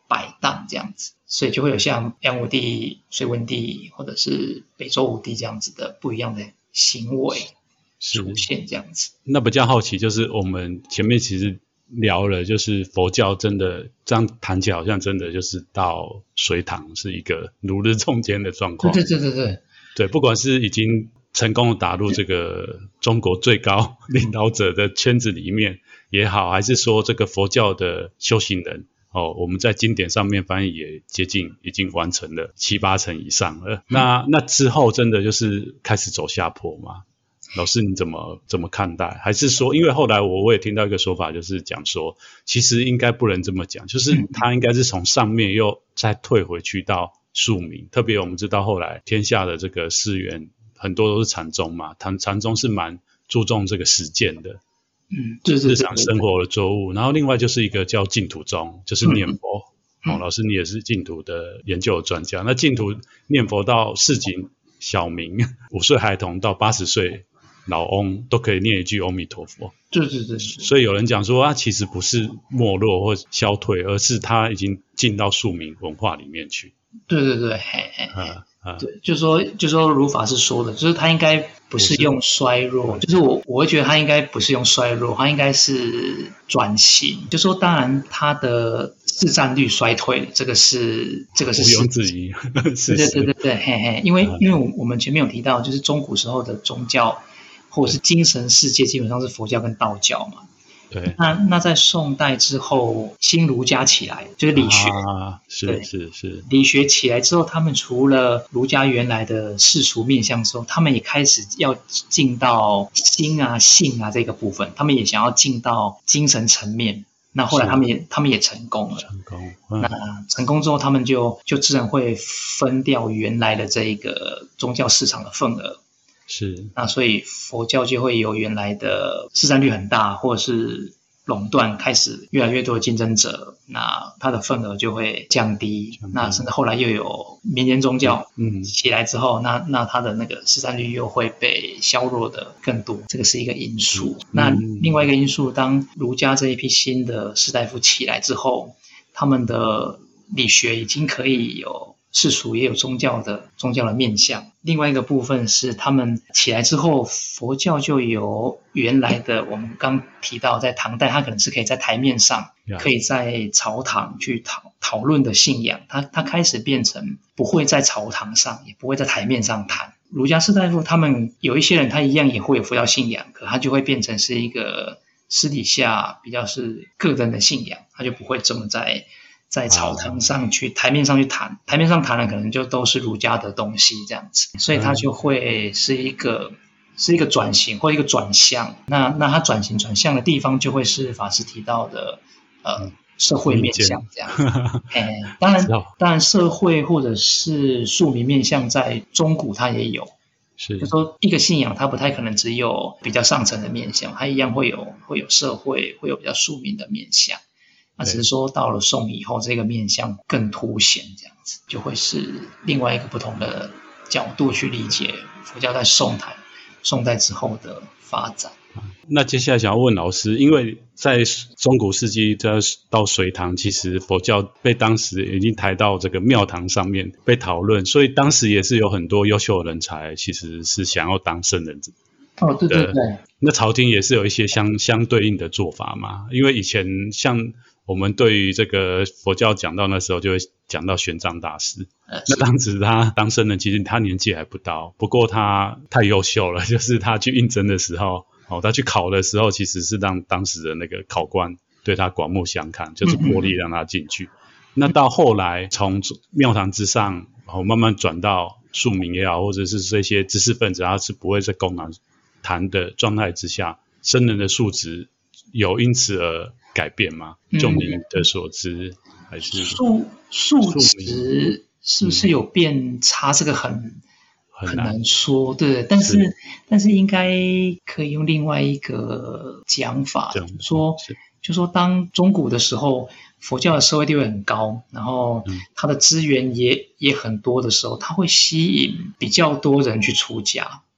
A: 摆荡这样子，所以就会有像梁武帝、隋文帝或者是北周武帝这样子的不一样的行为出现这样子。
B: 那比较好奇就是我们前面其实聊了，就是佛教真的这样谈起来好像真的就是到隋唐是一个如日中天的状况。对，不管是已经成功的打入这个中国最高领导者的圈子里面也好，还是说这个佛教的修行人我们在经典上面翻译也接近已经完成了7-8成以上了。那之后真的就是开始走下坡吗？老师你怎么看待？还是说，因为后来我也听到一个说法，就是讲说其实应该不能这么讲，就是他应该是从上面又再退回去到庶民。特别我们知道后来天下的这个士元很多都是禅宗嘛，禅宗是蛮注重这个实践的，日常生活的作物。然后另外就是一个叫净土宗，就是念佛。老师你也是净土的研究的专家，那净土念佛到市井小民5岁孩童到80岁老翁都可以念一句阿弥陀佛。
A: 对。
B: 所以有人讲说其实不是没落或消退，而是他已经进到庶民文化里面去。
A: 对，对，就说如法师说的，就是他应该不是用衰弱，就是我会觉得他应该不是用衰弱，他应该是转型。就说当然他的市占率衰退了，这个是
B: 毋庸置疑。
A: 对，因为我们前面有提到，就是中古时候的宗教或者是精神世界基本上是佛教跟道教嘛。
B: 对，
A: 那在宋代之后，新儒家起来，就是理学
B: 是
A: 理学起来之后，他们除了儒家原来的世俗面向之后，他们也开始要进到心啊、性啊这个部分，他们也想要进到精神层面。那后来他们也成功了，那成功之后，他们就自然会分掉原来的这一个宗教市场的份额。
B: 是，
A: 那所以佛教就会由原来的市占率很大或者是垄断，开始越来越多的竞争者，那它的份额就会降低。那甚至后来又有民间宗教起来之后，那它的那个市占率又会被削弱的更多，这个是一个因素。那另外一个因素，当儒家这一批新的士大夫起来之后，他们的理学已经可以有世俗也有宗教的面向。另外一个部分是他们起来之后，佛教就由原来的我们刚提到在唐代，它可能是可以在台面上，可以在朝堂去讨论的信仰，它开始变成不会在朝堂上，也不会在台面上谈。儒家士大夫他们有一些人他一样也会有佛教信仰，可他就会变成是一个私底下比较是个人的信仰，他就不会这么在朝堂上去台面上去谈，台面上谈的可能就都是儒家的东西这样子，所以它就会是一个转型或一个转向。那它转向的地方就会是法师提到的社会面向这样子。当然社会或者是庶民面向在中古它也有，就说一个信仰它不太可能只有比较上层的面向，它一样会有社会，会有比较庶民的面向。那只是说到了宋以后，这个面向更凸显，这样子就会是另外一个不同的角度去理解佛教在宋代之后的发展。
B: 那接下来想要问老师，因为在中古世纪到隋唐，其实佛教被当时已经抬到这个庙堂上面被讨论，所以当时也是有很多优秀的人才其实是想要当圣人。
A: 对，
B: 那朝廷也是有一些相对应的做法嘛，因为以前像我们对于这个佛教讲到那时候就会讲到玄奘大师，那当时他当圣人其实他年纪还不到，不过他太优秀了，就是他去应征的时候他去考的时候其实是让当时的那个考官对他刮目相看，就是破例让他进去。那到后来从庙堂之上慢慢转到庶民也好，或者是这些知识分子，他是不会在公堂的状态之下，圣人的素质有因此而改变吗？就您的所知，还是
A: 素质是不是有变差？这个很难说，对。但是应该可以用另外一个讲法，就说当中古的时候，佛教的社会地位很高，然后它的资源也很多的时候，它会吸引比较多人去出家。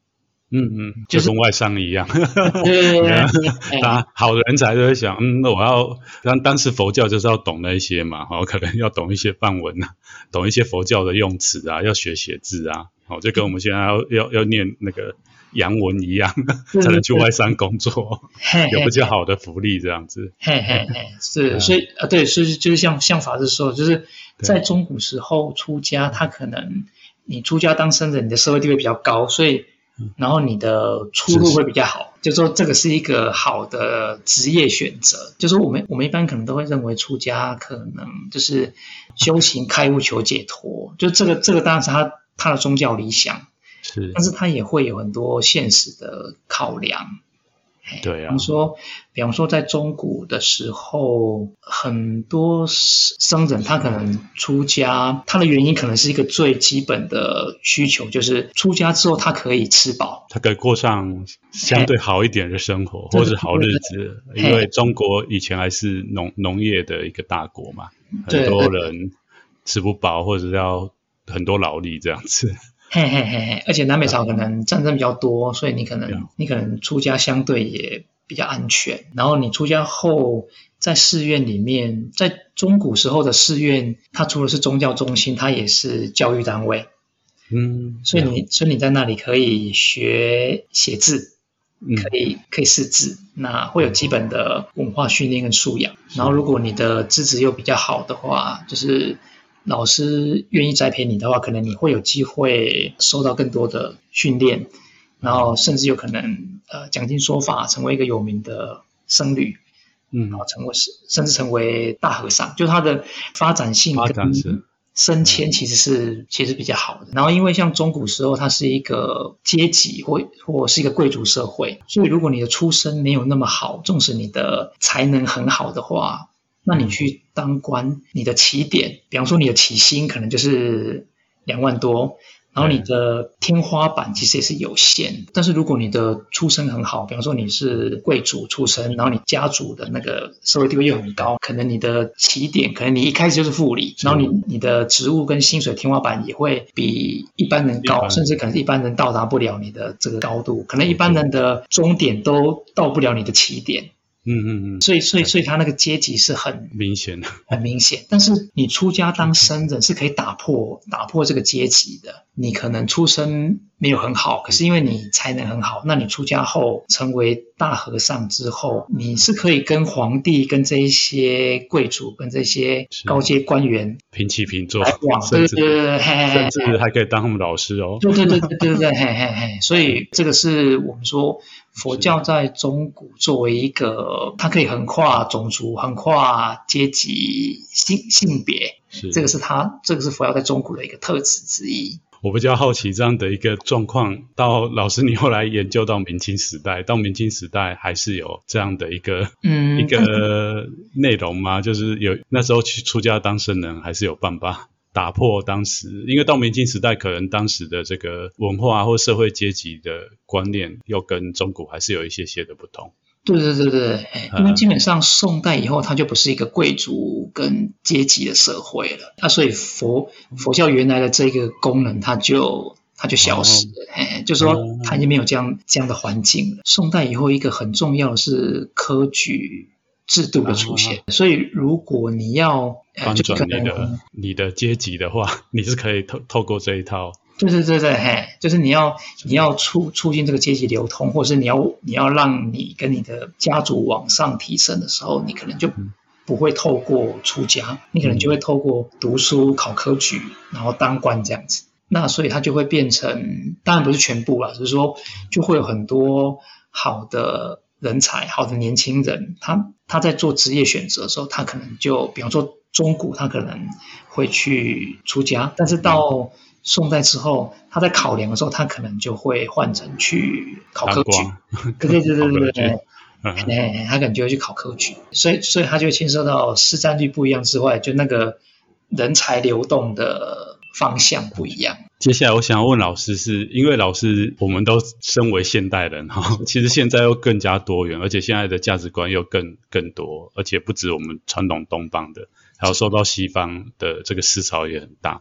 B: 就跟外商一样。
A: 对，
B: 好的人才都会想，那我要当时佛教就是要懂那一些嘛，可能要懂一些梵文啊，懂一些佛教的用词啊，要学写字啊，就跟我们现在要念那个洋文一样，才能去外商工作，有比较好的福利这样子。
A: 是，所以对，所以就是像法师说，就是在中古时候出家，他可能你出家当僧人，你的社会地位比较高，所以然后你的出路会比较好，就说这个是一个好的职业选择。就说我们一般可能都会认为出家可能就是修行开悟求解脱，就这个当然是他的宗教理想，
B: 是，
A: 但是他也会有很多现实的考量。
B: 对啊，
A: 比方说在中古的时候，很多僧人他可能出家，他的原因可能是一个最基本的需求，就是出家之后他可以吃饱，
B: 他可以过上相对好一点的生活，或者好日子，因为中国以前还是农业的一个大国嘛，很多人吃不饱，或者要很多劳力这样子。
A: 而且南北朝可能战争比较多，所以你可能出家相对也比较安全。然后你出家后，在寺院里面，在中古时候的寺院，它除了是宗教中心，它也是教育单位。所以你在那里可以学写字，可以识字，那会有基本的文化训练跟素养。然后如果你的资质又比较好的话，就是老师愿意栽培你的话，可能你会有机会受到更多的训练，然后甚至有可能讲经说法，成为一个有名的僧侣，然后甚至成为大和尚，就他的发展性跟升迁其实比较好的。然后因为像中古时候它是一个阶级或是一个贵族社会，所以如果你的出身没有那么好，纵使你的才能很好的话，那你去当官，你的起点，比方说你的起薪可能就是2万多，然后你的天花板其实也是有限。但是如果你的出身很好，比方说你是贵族出身，然后你家族的那个社会地位又很高，可能你的起点，可能你一开始就是副理，然后你的职务跟薪水天花板也会比一般人高，甚至可能一般人到达不了你的这个高度，可能一般人的终点都到不了你的起点。所以他那个阶级是很明显。但是你出家当僧人是可以打破这个阶级的。你可能出身没有很好，可是因为你才能很好，那你出家后成为大和尚之后，你是可以跟皇帝、跟这一些贵族、跟这些高阶官员
B: 平起平坐，
A: 甚至
B: 还可以当他们老师哦。
A: 对，所以这个是我们说佛教在中古作为一个，它可以横跨种族、横跨阶级、性别，这个是佛教在中古的一个特质之一。
B: 我比较好奇这样的一个状况，到老师你后来研究到明清时代，还是有这样的一个内容吗？就是有那时候去出家当僧人，还是有办法打破当时，因为到明清时代，可能当时的这个文化或社会阶级的观念，又跟中古还是有一些的不同。
A: 对，因为基本上宋代以后，它就不是一个贵族跟阶级的社会了，所以佛教原来的这个功能，它就消失了，就说它已经没有这样的环境了。宋代以后，一个很重要的是科举制度的出现，所以如果你要
B: 翻转你的阶级的话，你是可以透过这一套。
A: 对，就是你要促进这个阶级流通，或者是你要让你跟你的家族往上提升的时候，你可能就不会透过出家，你可能就会透过读书、考科举，然后当官这样子。那所以它就会变成，当然不是全部啦，就是说就会有很多好的人才、好的年轻人，他在做职业选择的时候，他可能就比方说中古，他可能会去出家，但是到宋代之后，他在考量的时候，他可能就会换成去考科举。对，他可能就会去考科举，所以他就牵涉到市占率不一样之外，就那个人才流动的方向不一样。
B: 接下来我想要问老师是，因为老师我们都身为现代人其实现在又更加多元，而且现在的价值观又更多，而且不止我们传统东方的，还有受到西方的这个思潮也很大。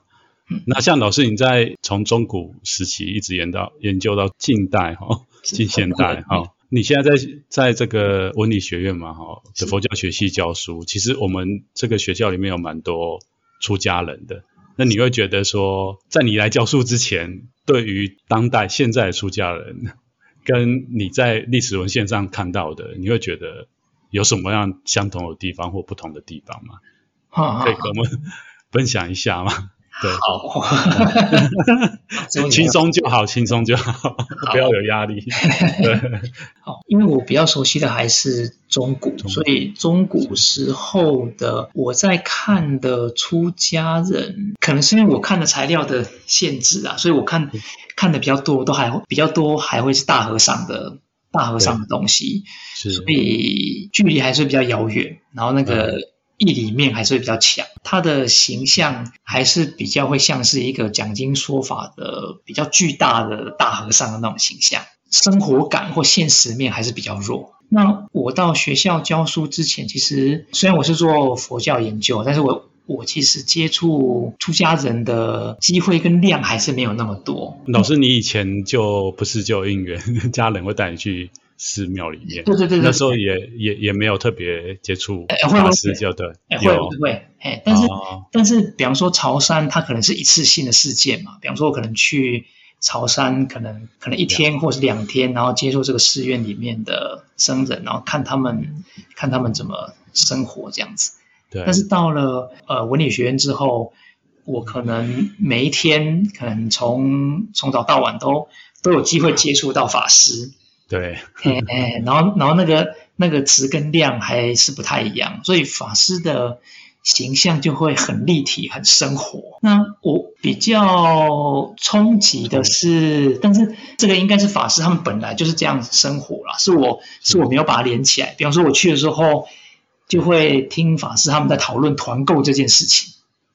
B: 那像老师你在从中古时期一直研究到近代近现代你现在在这个文理学院嘛的佛教学系教书，其实我们这个学校里面有蛮多出家人的。那你会觉得说，在你来教书之前，对于当代现在的出家人，跟你在历史文献上看到的，你会觉得有什么样相同的地方或不同的地方吗？可以跟我们分享一下吗？对，
A: 好，
B: 轻松就好，轻松就好，不要有压力。对，
A: 好，因为我比较熟悉的还是中古，所以中古时候的我在看的出家人，可能是因为我看的材料的限制啊，所以我看的比较多，还会是大和尚的东西，所以距离还是比较遥远，然后那个义理面还是会比较强，他的形象还是比较会像是一个讲经说法的比较巨大的大和尚的那种形象，生活感或现实面还是比较弱。那我到学校教书之前，其实虽然我是做佛教研究，但是我其实接触出家人的机会跟量还是没有那么多。
B: 老师，你以前就不是就有因缘，家人会带你去寺庙里面，
A: 对，那
B: 时候也没有特别接触法师，就对，
A: 会，但是比方说潮汕，它可能是一次性的事件嘛，比方说我可能去潮汕，可能一天或是2天，然后接触这个寺院里面的僧人，然后看他们怎么生活这样子。对。但是到了文理学院之后，我可能每一天可能从早到晚都有机会接触到法师。
B: 对，
A: 然后那个值跟量还是不太一样，所以法师的形象就会很立体、很生活。那我比较冲击的是，但是这个应该是法师他们本来就是这样生活啦，是我没有把它连起来。比方说我去的时候，就会听法师他们在讨论团购这件事情。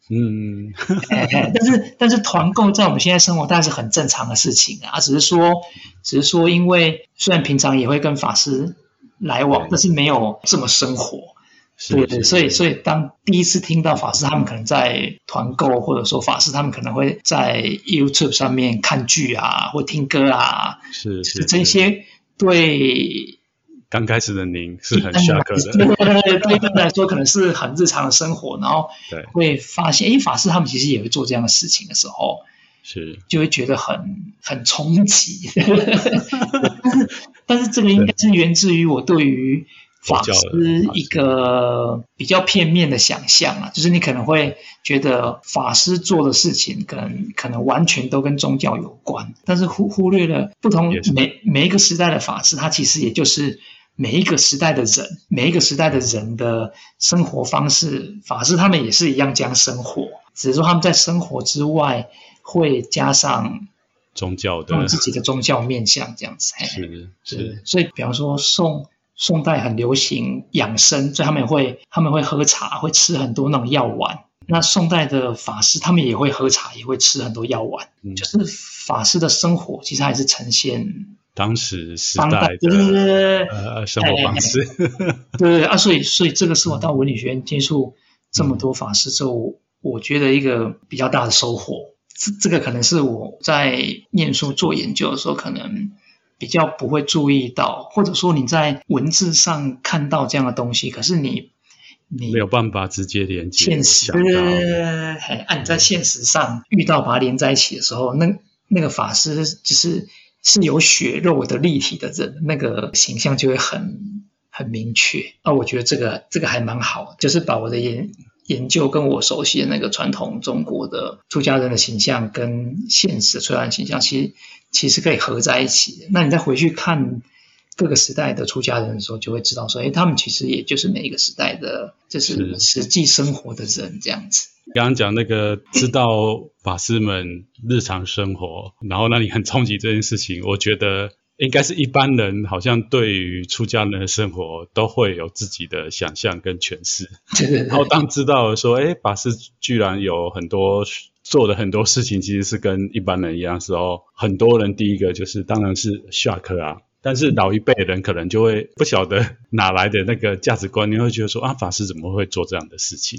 A: 但是团购在我们现在生活当然是很正常的事情啊，只是说因为虽然平常也会跟法师来往，但是没有这么生活。对，所以当第一次听到法师他们可能在团购，或者说法师他们可能会在 YouTube 上面看剧啊，或听歌啊，是这些对。
B: 刚开始的您是很 shock 的，
A: 对他们来说可能是很日常的生活，然后会发现，法师他们其实也会做这样的事情的时候，就会觉得很冲击。但是这个应该是源自于我对于法师一个比较片面的想象啊，就是你可能会觉得法师做的事情可能完全都跟宗教有关，但是忽略了不同每一个时代的法师，他其实也就是每一个时代的人的生活方式，法师他们也是一样这样生活，只是说他们在生活之外会加上
B: 宗教的
A: 他们自己的宗教面向这样子。是，所以比方说宋代很流行养生，所以他们会喝茶，会吃很多那种药丸。那宋代的法师他们也会喝茶，也会吃很多药丸。就是法师的生活其实还是呈现
B: 当时时代的生活方式。
A: 对啊，所以这个是我到文理学院接触这么多法师之后，我觉得一个比较大的收获。这个可能是我在念书做研究的时候可能比较不会注意到，或者说你在文字上看到这样的东西，可是你
B: 没有办法直接连接
A: 现实。你在现实上遇到把它连在一起的时候，那个法师是有血肉的立体的人，那个形象就会很明确。我觉得这个还蛮好，就是把我的研究跟我熟悉的那个传统中国的出家人的形象跟现实的出家人形象其实可以合在一起的。那你再回去看各个时代的出家人的时候，就会知道说，他们其实也就是每一个时代的就是实际生活的人这样子。
B: 刚刚讲那个知道法师们日常生活，然后让你很冲击这件事情，我觉得应该是一般人好像对于出家人的生活都会有自己的想象跟诠释。然后当知道说法师居然有很多做的很多事情其实是跟一般人一样的时候，很多人第一个就是当然是 shock 啊，但是老一辈人可能就会不晓得哪来的那个价值观，你会觉得说法师怎么会做这样的事情。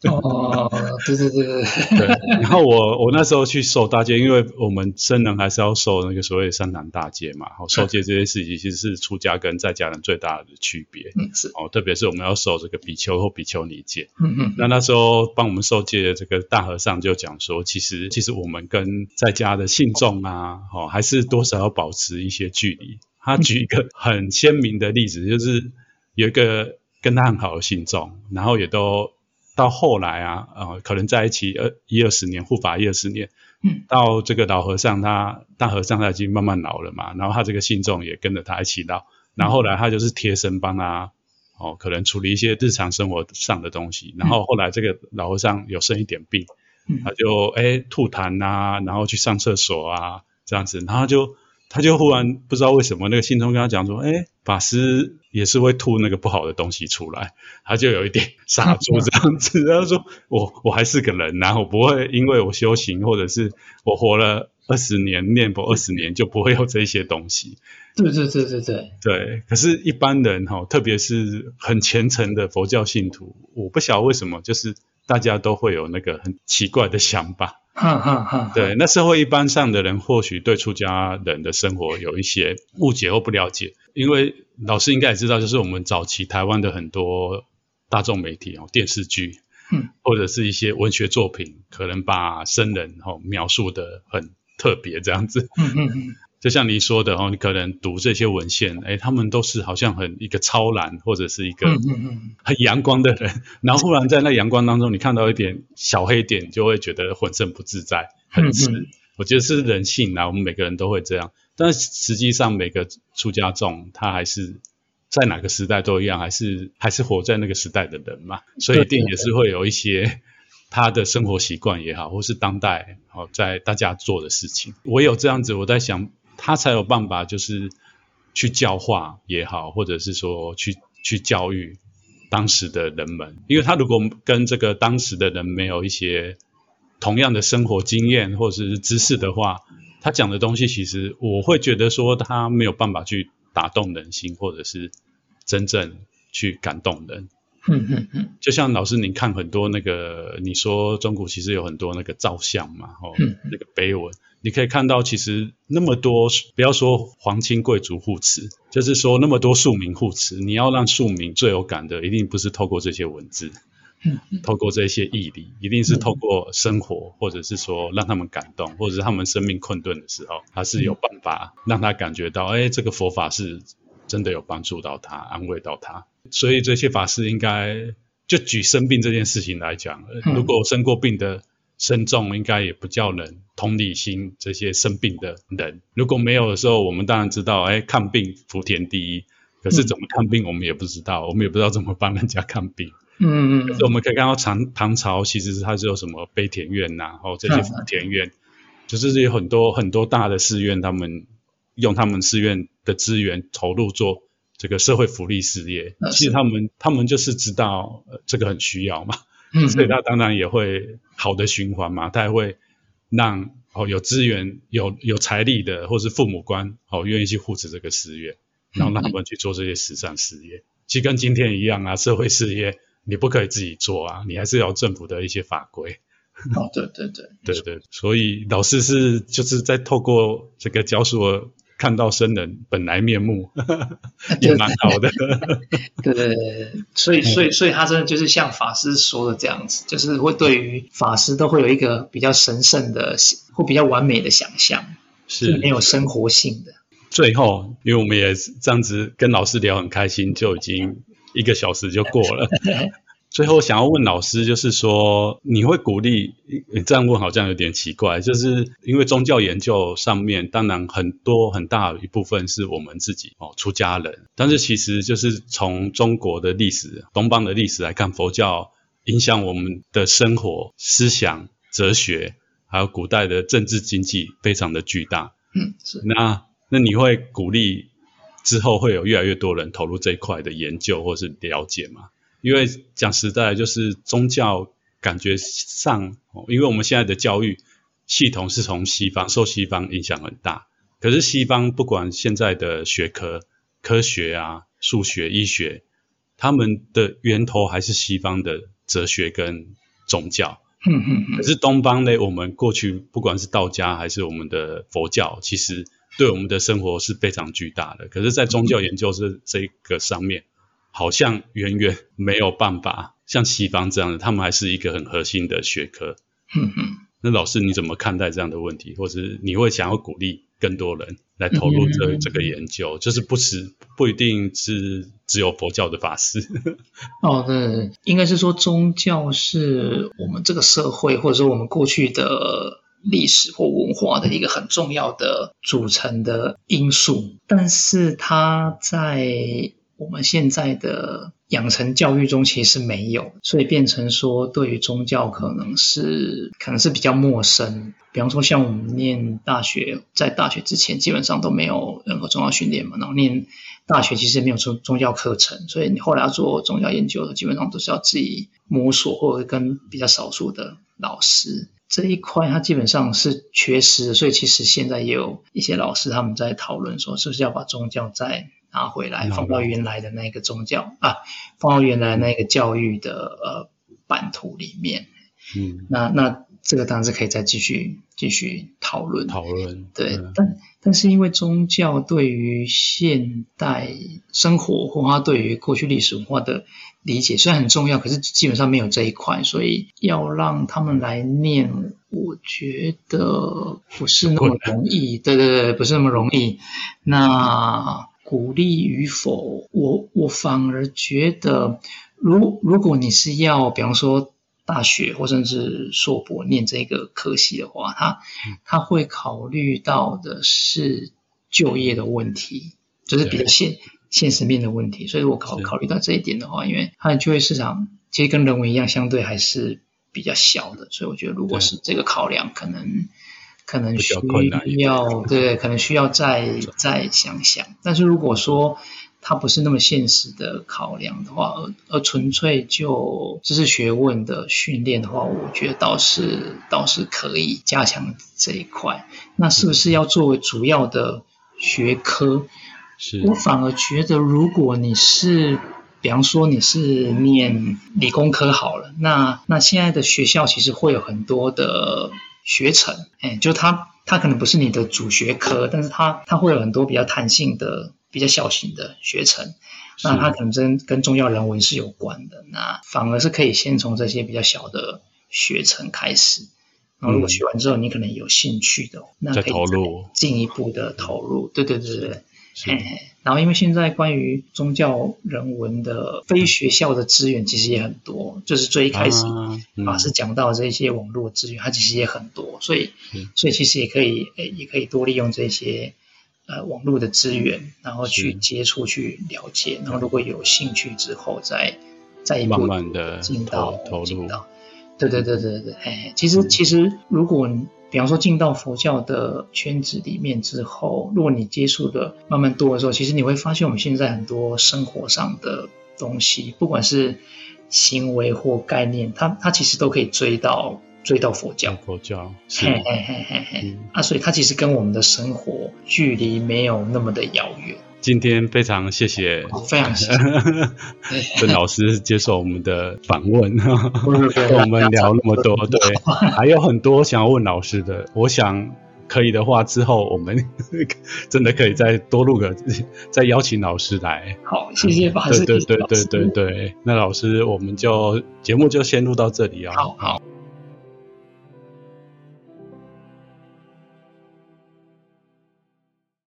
A: 哦，对对对对
B: 对，然后我那时候去受大戒，因为我们僧人还是要受那个所谓的三坛大戒嘛。受戒这件事情其实是出家跟在家人最大的区别。
A: 是
B: 特别是我们要受这个比丘或比丘尼戒。
A: 那
B: 时候帮我们受戒的这个大和尚就讲说，其实我们跟在家的信众啊，还是多少要保持一些距离。他举一个很鲜明的例子，就是有一个跟他很好的信众，然后也都到后来啊，可能在一起10-20年，护法10-20年，到这个大和尚他已经慢慢老了嘛，然后他这个信众也跟着他一起老，然后后来他就是贴身帮他可能处理一些日常生活上的东西，然后后来这个老和尚有生一点病，他就吐痰啊，然后去上厕所啊这样子，然后他就忽然不知道为什么那个信众跟他讲说，法师也是会吐那个不好的东西出来，他就有一点傻住这样子，他说我还是个人啊，我不会因为我修行或者是我活了20年念佛20年就不会有这些东西。
A: 对对对对对
B: 对，可是一般人特别是很虔诚的佛教信徒，我不晓得为什么就是大家都会有那个很奇怪的想法。对，那社会一般上的人或许对出家人的生活有一些误解或不了解，因为老师应该也知道，就是我们早期台湾的很多大众媒体电视剧，或者是一些文学作品，可能把僧人描述的很特别这样子。就像你说的你可能读这些文献，他们都是好像一个超然或者是一个很阳光的人，然后忽然在那阳光当中你看到一点小黑点，就会觉得浑身不自在，很直。我觉得是人性啊，我们每个人都会这样，但实际上每个出家众他还是在哪个时代都一样，还是活在那个时代的人嘛，所以一定也是会有一些他的生活习惯也好，或是当代在大家做的事情。唯有这样子，我在想他才有办法就是去教化也好，或者是说去教育当时的人们，因为他如果跟这个当时的人没有一些同样的生活经验或者是知识的话，他讲的东西其实我会觉得说他没有办法去打动人心，或者是真正去感动人。就像老师你看很多那个你说中国其实有很多那个造像嘛，那个碑文你可以看到其实那么多，不要说皇亲贵族护持，就是说那么多庶民护持，你要让庶民最有感的一定不是透过这些文字，透过这些义理，一定是透过生活，或者是说让他们感动，或者是他们生命困顿的时候，他是有办法让他感觉到这个佛法是真的有帮助到他，安慰到他。所以这些法师应该就举生病这件事情来讲，如果生过病的僧众应该也不叫人同理心这些生病的人，如果没有的时候，我们当然知道看病福田第一，可是怎么看病我们也不知道，我们也不知道怎么帮人家看病。可是我们可以看到唐朝其实它是有什么悲田院啊，这些福田院，就是有很多很多大的寺院，他们用他们寺院的资源投入做这个社会福利事业，其实他们就是知道这个很需要嘛，所以他当然也会好的循环嘛，他也会让有资源有财力的或是父母官愿意去护持这个寺院，然后让他们去做这些慈善事业。其实跟今天一样啊，社会事业你不可以自己做啊，你还是要政府的一些法规。
A: 对对对
B: 对对，所以老师就是在透过这个教书看到僧人本来面目也蛮好的。
A: 对对对，所以他真的就是像法师说的这样子，就是会对于法师都会有一个比较神圣的或比较完美的想象，是没有生活性的。
B: 最后因为我们也这样子跟老师聊很开心，就已经1个小时就过了。最后想要问老师，就是说你会鼓励，你这样问好像有点奇怪，就是因为宗教研究上面当然很大一部分是我们自己出家人，但是其实就是从中国的历史东方的历史来看，佛教影响我们的生活思想哲学还有古代的政治经济非常的巨大。
A: 是。
B: 那你会鼓励之后会有越来越多人投入这一块的研究或是了解吗？因为讲实在就是宗教感觉上因为我们现在的教育系统是从西方受西方影响很大，可是西方不管现在的学科科学啊数学医学，他们的源头还是西方的哲学跟宗教。可是东方呢，我们过去不管是道家还是我们的佛教，其实对我们的生活是非常巨大的。可是在宗教研究这个上面，好像远远没有办法像西方这样的，他们还是一个很核心的学科。那老师你怎么看待这样的问题，或是你会想要鼓励更多人来投入这个研究，就是不一定是只有佛教的法师。
A: 对，应该是说宗教是我们这个社会或者说我们过去的历史或文化的一个很重要的组成的因素，但是它在我们现在的养成教育中其实是没有，所以变成说对于宗教可能是比较陌生。比方说像我们念大学，在大学之前基本上都没有任何宗教训练嘛，然后念大学其实没有宗教课程，所以你后来要做宗教研究的基本上都是要自己摸索，或者跟比较少数的老师。这一块它基本上是缺失的，所以其实现在也有一些老师他们在讨论说是不是要把宗教再拿回来，放到原来的那个宗教放到原来那个教育的版图里面。那这个当然是可以再继续讨论。对，但是因为宗教对于现代生活或它对于过去历史文化的理解虽然很重要，可是基本上没有这一块，所以要让他们来念，我觉得不是那么容易。对，不是那么容易。那鼓励与否，我反而觉得，如果你是要，比方说大学或甚至硕博念这个科系的话，他会考虑到的是就业的问题，就是比较现实面的问题。所以我考虑到这一点的话，因为它的就业市场其实跟人文一样，相对还是比较小的，所以我觉得如果是这个考量，可能需要对，可能需要再想想。但是如果说它不是那么现实的考量的话，而纯粹就知识学问的训练的话，我觉得倒是可以加强这一块。那是不是要作为主要的学科？我反而觉得，如果你是比方说你是念理工科好了，那现在的学校其实会有很多的学程，就它可能不是你的主学科，但是它会有很多比较弹性的比较小型的学程，那它可能跟宗教人文是有关的，那反而是可以先从这些比较小的学程开始，然后如果学完之后你可能有兴趣的，那可以再进一步的投入。对，然后因为现在关于宗教人文的非学校的资源其实也很多，就是最一开始法师讲到这些网络资源它其实也很多，所以其实也可以多利用这些网络的资源，然后去接触去了解，然后如果有兴趣之后再一步
B: 慢慢的投入。
A: 对，其实如果比方说进到佛教的圈子里面之后，如果你接触的慢慢多的时候，其实你会发现我们现在很多生活上的东西，不管是行为或概念，它其实都可以追到佛教。所以它其实跟我们的生活距离没有那么的遥远。
B: 今天非常谢谢郑老师接受我们的访问，跟我们聊那么多。对，还有很多想要问老师的，我想可以的话，之后我们真的可以再多录再邀请老师来。
A: 好，谢谢法师。
B: 对，那老师我们节目就先录到这里啊。
A: 好。